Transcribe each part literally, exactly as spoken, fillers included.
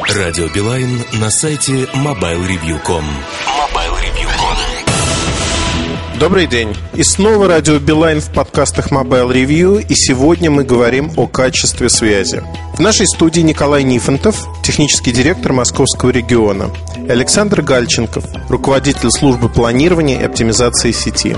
Радио Билайн на сайте мобайл ревью точка ком. мобайл ревью точка ком. Добрый день. И снова Радио Билайн в подкастах Mobile Review. И сегодня мы говорим о качестве связи. В нашей студии Николай Нифонтов, технический директор Московского региона, и Александр Гальченков, руководитель службы планирования и оптимизации сети.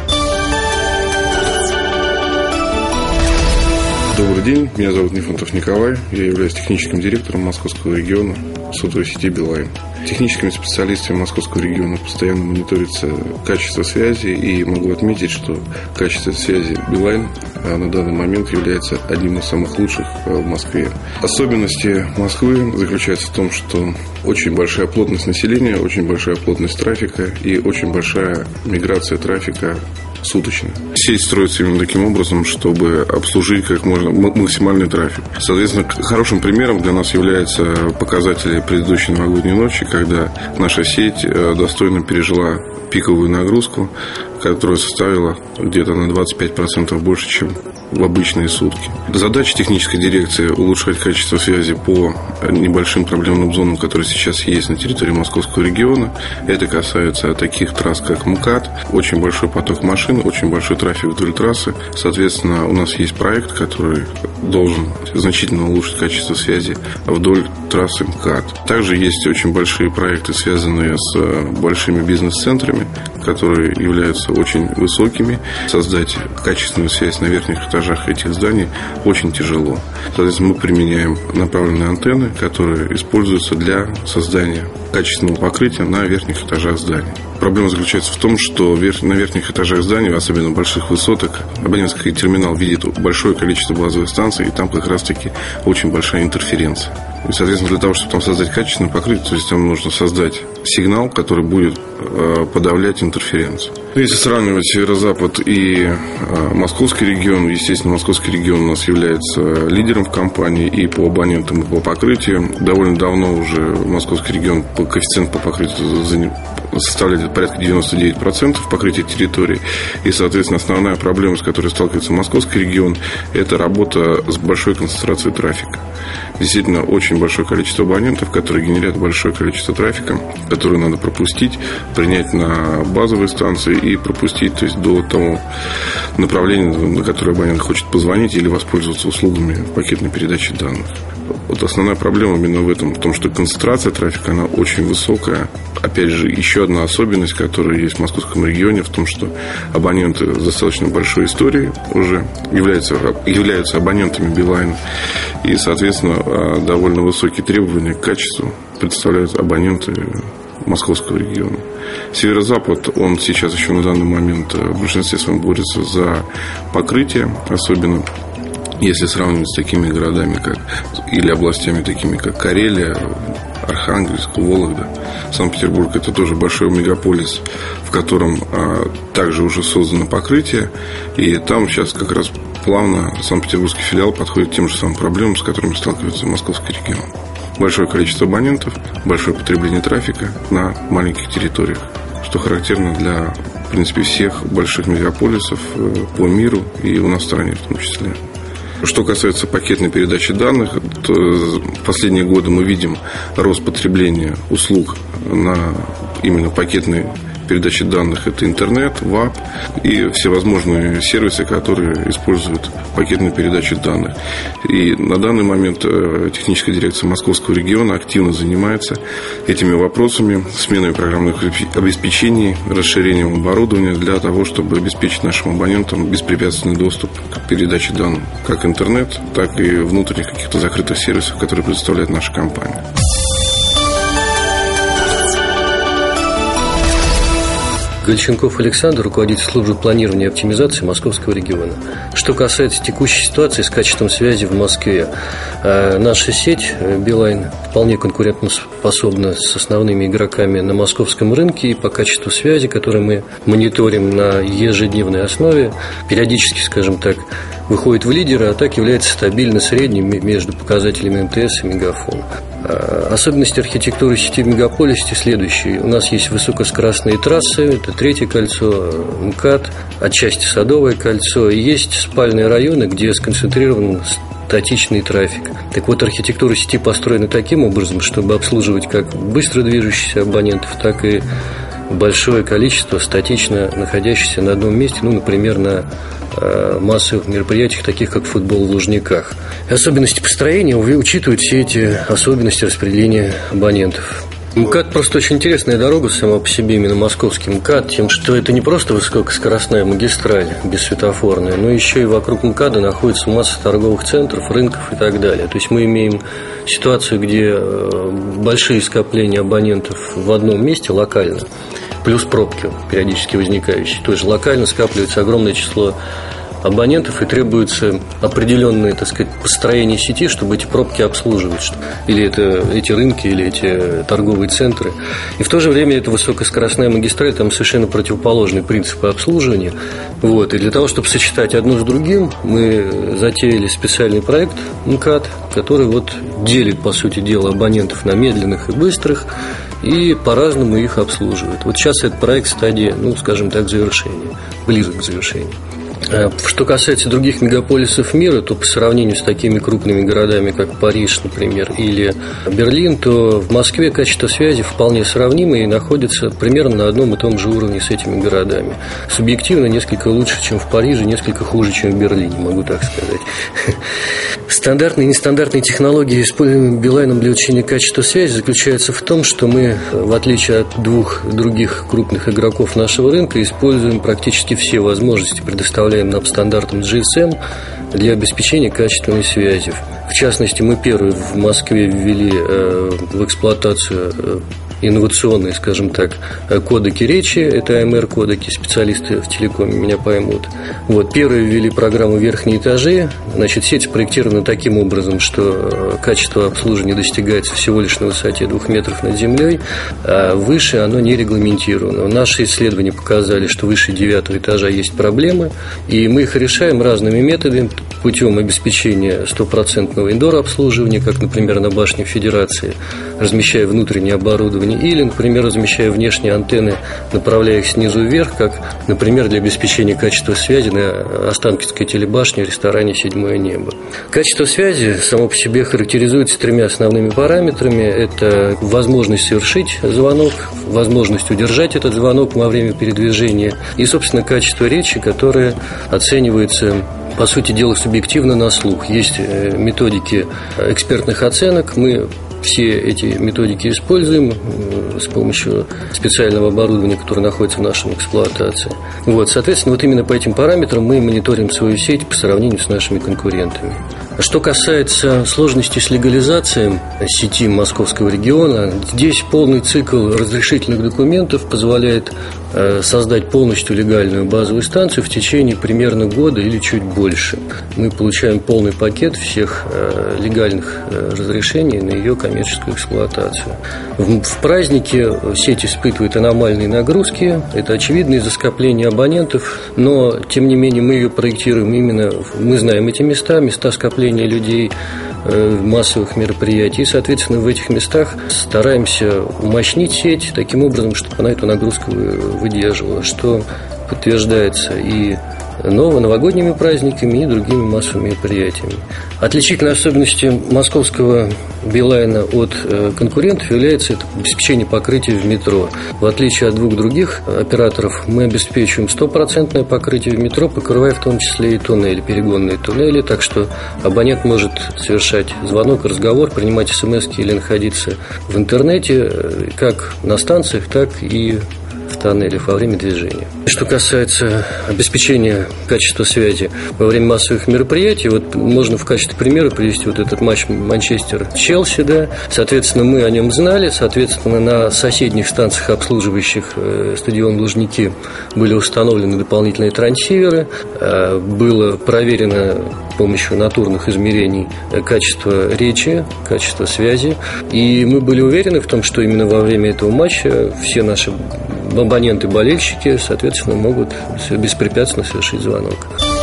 Добрый день, меня зовут Нифонтов Николай, я являюсь техническим директором Московского региона сотовой сети Билайн. Техническими специалистами Московского региона постоянно мониторится качество связи, и могу отметить, что качество связи Билайн на данный момент является одним из самых лучших в Москве. Особенности Москвы заключаются в том, что очень большая плотность населения, очень большая плотность трафика и очень большая миграция трафика суточно. Сеть строится именно таким образом, чтобы обслужить как можно максимальный трафик. Соответственно, хорошим примером для нас являются показатели предыдущей новогодней ночи, когда наша сеть достойно пережила пиковую нагрузку, которая составила где-то на двадцать пять процентов больше, чем в обычные сутки. Задача технической дирекции – улучшать качество связи по небольшим проблемным зонам, которые сейчас есть на территории Московского региона. Это касается таких трасс, как МКАД. Очень большой поток машин, очень большой трафик вдоль трассы. Соответственно, у нас есть проект, который должен значительно улучшить качество связи вдоль трассы МКАД. Также есть очень большие проекты, связанные с большими бизнес-центрами, которые являются очень высокими. Создать качественную связь на верхних этажах этих зданий очень тяжело. Соответственно, мы применяем направленные антенны, которые используются для создания качественного покрытия на верхних этажах зданий. Проблема заключается в том, что на верхних этажах зданий, особенно больших высоток, абонентский терминал видит большое количество базовых станций, и там как раз-таки очень большая интерференция. И, соответственно, для того, чтобы там создать качественное покрытие, то есть там нужно создать сигнал, который будет подавлять интерференцию. Если сравнивать северо-запад и московский регион, естественно, московский регион у нас является лидером в компании и по абонентам, и по покрытию. Довольно давно уже московский регион по коэффициенту по покрытию составляет порядка девяносто девять процентов покрытия территории. И, соответственно, основная проблема, с которой сталкивается московский регион, это работа с большой концентрацией трафика. Действительно, очень большое количество абонентов, которые генерят большое количество трафика, который надо пропустить, принять на базовые станции и пропустить, то есть до того направления, на которое абонент хочет позвонить или воспользоваться услугами пакетной передачи данных. Вот основная проблема именно в этом, в том, что концентрация трафика, она очень высокая. Опять же, еще одна особенность, которая есть в московском регионе, в том, что абоненты с достаточно большой историей уже являются, являются абонентами Билайн. И, соответственно, довольно высокие требования к качеству представляют абоненты московского региона. Северо-запад, он сейчас еще на данный момент в большинстве своем борется за покрытие, особенно если сравнивать с такими городами, как или областями, такими как Карелия, Архангельск, Вологда. Санкт-Петербург – это тоже большой мегаполис, в котором а, также уже создано покрытие. И там сейчас как раз плавно санкт-петербургский филиал подходит к тем же самым проблемам, с которыми сталкивается московский регион. Большое количество абонентов, большое потребление трафика на маленьких территориях, что характерно для, в принципе, всех больших мегаполисов по миру и у нас в стране в том числе. Что касается пакетной передачи данных, то в последние годы мы видим рост потребления услуг на именно пакетной передачи данных. Это интернет, веб и всевозможные сервисы, которые используют пакетную передачу данных. И на данный момент техническая дирекция Московского региона активно занимается этими вопросами, сменой программных обеспечений, расширением оборудования для того, чтобы обеспечить нашим абонентам беспрепятственный доступ к передаче данных, как интернет, так и внутренних каких-то закрытых сервисов, которые предоставляет наша компания. Гальченков Александр, руководитель службы планирования и оптимизации Московского региона. Что касается текущей ситуации с качеством связи в Москве, наша сеть Билайн вполне конкурентоспособна с основными игроками на московском рынке, и по качеству связи, которое мы мониторим на ежедневной основе, периодически, скажем так, выходит в лидеры, а так является стабильно средним между показателями МТС и Мегафон. Особенности архитектуры сети в мегаполисе следующие. У нас есть высокоскоростные трассы, это Третье кольцо, МКАД, отчасти Садовое кольцо. И есть спальные районы, где сконцентрирован статичный трафик. Так вот, архитектура сети построена таким образом, чтобы обслуживать как быстро движущихся абонентов, так и большое количество статично находящихся на одном месте, ну, например, на э, массовых мероприятиях, таких как футбол в Лужниках. И особенности построения учитывают все эти особенности распределения абонентов. МКАД просто очень интересная дорога сама по себе, именно московский МКАД, тем, что это не просто высокоскоростная магистраль бессветофорная, но еще и вокруг МКАДа находится масса торговых центров, рынков и так далее. То есть мы имеем ситуацию, где большие скопления абонентов в одном месте локально, плюс пробки периодически возникающие. То есть локально скапливается огромное число абонентов, и требуется определенное, так сказать, построение сети, чтобы эти пробки обслуживать, или это эти рынки, или эти торговые центры. И в то же время это высокоскоростная магистраль, там совершенно противоположные принципы обслуживания. Вот. И для того, чтобы сочетать одно с другим, мы затеяли специальный проект МКАД, который вот делит, по сути дела, абонентов на медленных и быстрых, и по-разному их обслуживает. Вот сейчас этот проект в стадии, ну, скажем так, завершения, близок к завершению. Что касается других мегаполисов мира, то по сравнению с такими крупными городами, как Париж, например, или Берлин, то в Москве качество связи вполне сравнимо и находится примерно на одном и том же уровне с этими городами. Субъективно несколько лучше, чем в Париже, несколько хуже, чем в Берлине, могу так сказать. Стандартные и нестандартные технологии, используемые Билайном для улучшения качества связи, заключаются в том, что мы, в отличие от двух других крупных игроков нашего рынка, используем практически все возможности, предоставляемые нам стандартом джи эс эм для обеспечения качественной связи. В частности, мы первые в Москве ввели э, в эксплуатацию э, инновационные, скажем так, кодеки речи, это эй эм эр-кодеки, специалисты в телекоме меня поймут. Вот, первые ввели программу верхние этажи. Значит, сеть спроектирована таким образом, что качество обслуживания достигается всего лишь на высоте двух метров над землей, а выше оно не регламентировано. Наши исследования показали, что выше девятого этажа есть проблемы, и мы их решаем разными методами, путем обеспечения стопроцентного индор-обслуживания, как, например, на башне Федерации, размещая внутреннее оборудование, или, например, размещая внешние антенны, направляя их снизу вверх, как, например, для обеспечения качества связи на Останкинской телебашне в ресторане «Седьмое небо». Качество связи само по себе характеризуется тремя основными параметрами. Это возможность совершить звонок, возможность удержать этот звонок во время передвижения и, собственно, качество речи, которое оценивается, по сути дела, субъективно на слух. Есть методики экспертных оценок. Мы все эти методики используем с помощью специального оборудования, которое находится в нашей эксплуатации. Вот, соответственно, вот именно по этим параметрам мы мониторим свою сеть по сравнению с нашими конкурентами. Что касается сложности с легализацией сети московского региона, здесь полный цикл разрешительных документов позволяет создать полностью легальную базовую станцию в течение примерно года или чуть больше. Мы получаем полный пакет всех легальных разрешений на ее коммерческую эксплуатацию. В празднике сеть испытывает аномальные нагрузки, это очевидно из-за скопления абонентов, но тем не менее мы ее проектируем именно, мы знаем эти места, места скопления людей, массовых мероприятий, и, соответственно, в этих местах стараемся умощнить сеть таким образом, чтобы она эту нагрузку выдерживала, что подтверждается и ново-новогодними праздниками и другими массовыми мероприятиями. Отличительной особенностью московского Билайна от конкурентов является это обеспечение покрытия в метро. В отличие от двух других операторов, мы обеспечиваем стопроцентное покрытие в метро, покрывая в том числе и туннели, перегонные туннели, так что абонент может совершать звонок, разговор, принимать смс-ки или находиться в интернете как на станциях, так и в тоннелях во время движения. Что касается обеспечения качества связи во время массовых мероприятий, вот можно в качестве примера привести вот этот матч Манчестер-Челси, да. Соответственно, мы о нем знали, соответственно, на соседних станциях, обслуживающих стадион Лужники, были установлены дополнительные трансиверы, было проверено с помощью натурных измерений качество речи, качество связи, и мы были уверены в том, что именно во время этого матча все наши абоненты-болельщики, соответственно, могут беспрепятственно совершить звонок.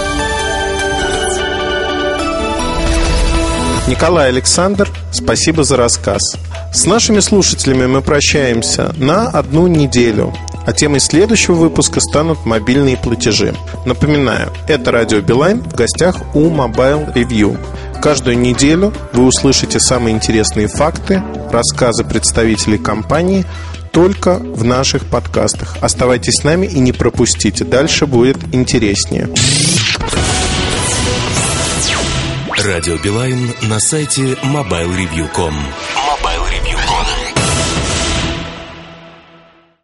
Николай, Александр, спасибо за рассказ. С нашими слушателями мы прощаемся на одну неделю, а темой следующего выпуска станут мобильные платежи. Напоминаю, это радио Билайн, в гостях у Mobile Review. Каждую неделю вы услышите самые интересные факты, рассказы представителей компании только в наших подкастах. Оставайтесь с нами и не пропустите. Дальше будет интереснее. Радио Билайн на сайте мобайл ревью точка ком.